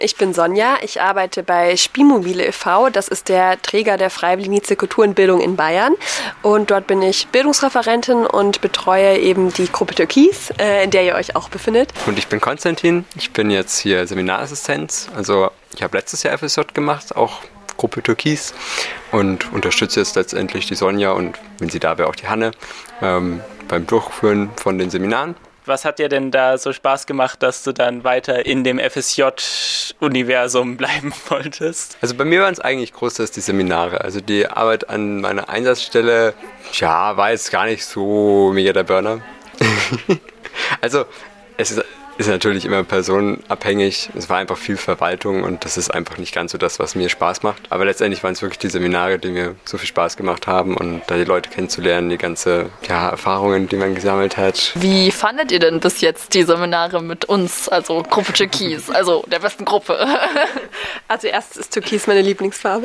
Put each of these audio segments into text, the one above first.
Ich bin Sonja, ich arbeite bei Spielmobile e.V., das ist der Träger der Freiwilligendienste Kultur und Bildung in Bayern. Und dort bin ich Bildungsreferentin und betreue eben die Gruppe Türkis, in der ihr euch auch befindet. Und ich bin Konstantin, ich bin jetzt hier Seminarassistent, also ich habe letztes Jahr FSJ gemacht, auch Gruppe Türkis, und unterstütze jetzt letztendlich die Sonja und, wenn sie da wäre, auch die Hanne beim Durchführen von den Seminaren. Was hat dir denn da so Spaß gemacht, dass du dann weiter in dem FSJ-Universum bleiben wolltest? Also bei mir waren es eigentlich großteils die Seminare. Also die Arbeit an meiner Einsatzstelle, war jetzt gar nicht so mega der Burner. Also es ist natürlich immer personenabhängig. Es war einfach viel Verwaltung und das ist einfach nicht ganz so das, was mir Spaß macht. Aber letztendlich waren es wirklich die Seminare, die mir so viel Spaß gemacht haben und da die Leute kennenzulernen, die ganze Erfahrungen, die man gesammelt hat. Wie fandet ihr denn bis jetzt die Seminare mit uns, also Gruppe Türkis, also der besten Gruppe? Also erstens ist Türkis meine Lieblingsfarbe.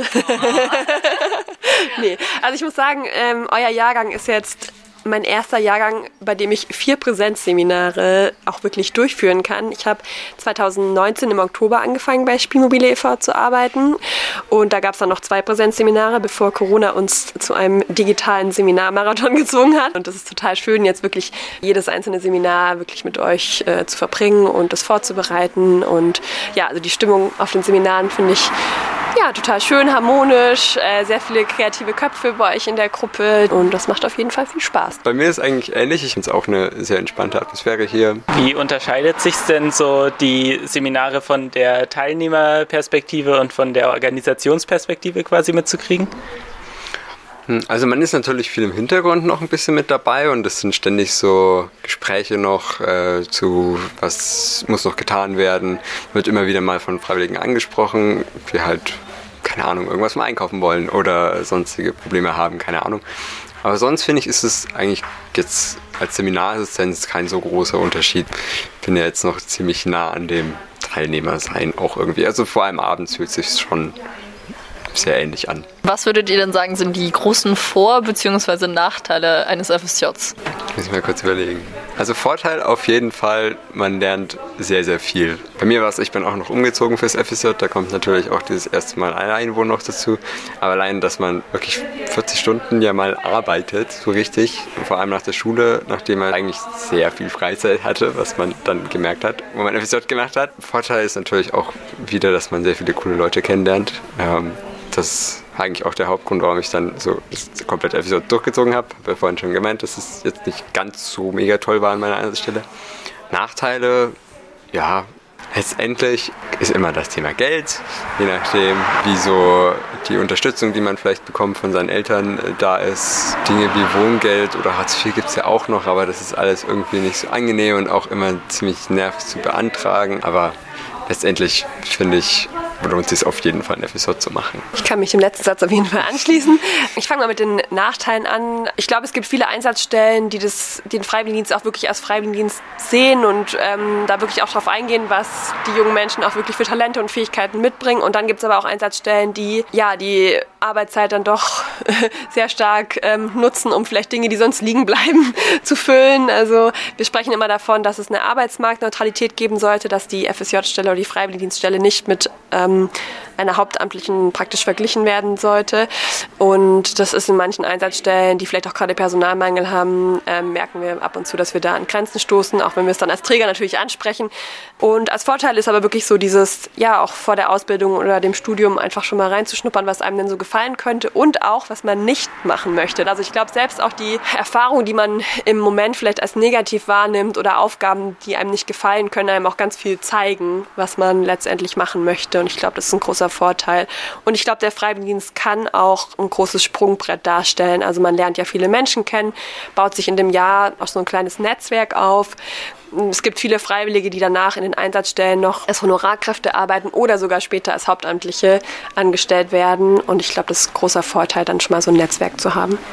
Nee, also ich muss sagen, euer Jahrgang ist jetzt mein erster Jahrgang, bei dem ich 4 Präsenzseminare auch wirklich durchführen kann. Ich habe 2019 im Oktober angefangen, bei Spielmobile e.V. zu arbeiten. Und da gab es dann noch 2 Präsenzseminare, bevor Corona uns zu einem digitalen Seminarmarathon gezwungen hat. Und das ist total schön, jetzt wirklich jedes einzelne Seminar wirklich mit euch zu verbringen und das vorzubereiten. Und ja, also die Stimmung auf den Seminaren finde ich total schön, harmonisch, sehr viele kreative Köpfe bei euch in der Gruppe und das macht auf jeden Fall viel Spaß. Bei mir ist eigentlich ähnlich. Ich finde es auch eine sehr entspannte Atmosphäre hier. Wie unterscheidet sich denn so die Seminare von der Teilnehmerperspektive und von der Organisationsperspektive quasi mitzukriegen? Also man ist natürlich viel im Hintergrund noch ein bisschen mit dabei und es sind ständig so Gespräche noch zu, was muss noch getan werden. Wird immer wieder mal von Freiwilligen angesprochen, die halt, keine Ahnung, irgendwas mal einkaufen wollen oder sonstige Probleme haben, keine Ahnung. Aber sonst finde ich, ist es eigentlich jetzt als Seminarassistenz kein so großer Unterschied. Ich bin ja jetzt noch ziemlich nah an dem Teilnehmersein auch irgendwie. Also vor allem abends fühlt es sich schon sehr ähnlich an. Was würdet ihr denn sagen, sind die großen Vor- bzw. Nachteile eines FSJs? Muss ich mal kurz überlegen. Also Vorteil auf jeden Fall, man lernt sehr, sehr viel. Bei mir war es, ich bin auch noch umgezogen fürs FSJ, da kommt natürlich auch dieses erste Mal Einwohnen noch dazu. Aber allein, dass man wirklich 40 Stunden ja mal arbeitet, so richtig, vor allem nach der Schule, nachdem man eigentlich sehr viel Freizeit hatte, was man dann gemerkt hat, wo man FSJ gemacht hat. Vorteil ist natürlich auch wieder, dass man sehr viele coole Leute kennenlernt. Das ist eigentlich auch der Hauptgrund, warum ich dann so das komplett FSJ durchgezogen habe. Ich habe ja vorhin schon gemeint, dass es jetzt nicht ganz so mega toll war an meiner Einsatzstelle. Nachteile, letztendlich ist immer das Thema Geld. Je nachdem, wie so die Unterstützung, die man vielleicht bekommt von seinen Eltern, da ist. Dinge wie Wohngeld oder Hartz IV gibt es ja auch noch, aber das ist alles irgendwie nicht so angenehm und auch immer ziemlich nervig zu beantragen. Aber letztendlich finde ich, lohnt es sich auf jeden Fall, ein FSJ zu machen. Ich kann mich dem letzten Satz auf jeden Fall anschließen. Ich fange mal mit den Nachteilen an. Ich glaube, es gibt viele Einsatzstellen, die den Freiwilligendienst auch wirklich als Freiwilligendienst sehen und da wirklich auch darauf eingehen, was die jungen Menschen auch wirklich für Talente und Fähigkeiten mitbringen. Und dann gibt es aber auch Einsatzstellen, die die Arbeitszeit dann doch sehr stark nutzen, um vielleicht Dinge, die sonst liegen bleiben, zu füllen. Also wir sprechen immer davon, dass es eine Arbeitsmarktneutralität geben sollte, dass die FSJ-Stelle oder die Freiwilligendienststelle nicht mit einer Hauptamtlichen praktisch verglichen werden sollte. Und das ist in manchen Einsatzstellen, die vielleicht auch gerade Personalmangel haben, merken wir ab und zu, dass wir da an Grenzen stoßen, auch wenn wir es dann als Träger natürlich ansprechen. Und als Vorteil ist aber wirklich so dieses, auch vor der Ausbildung oder dem Studium einfach schon mal reinzuschnuppern, was einem denn so gefallen könnte und auch, was man nicht machen möchte. Also ich glaube, selbst auch die Erfahrungen, die man im Moment vielleicht als negativ wahrnimmt oder Aufgaben, die einem nicht gefallen, können einem auch ganz viel zeigen, was man letztendlich machen möchte. Und ich glaube, das ist ein großer Vorteil. Und ich glaube, der Freiwilligendienst kann auch ein großes Sprungbrett darstellen. Also man lernt ja viele Menschen kennen, baut sich in dem Jahr auch so ein kleines Netzwerk auf. Es gibt viele Freiwillige, die danach in den Einsatzstellen noch als Honorarkräfte arbeiten oder sogar später als Hauptamtliche angestellt werden. Und ich glaube, das ist ein großer Vorteil, dann schon mal so ein Netzwerk zu haben.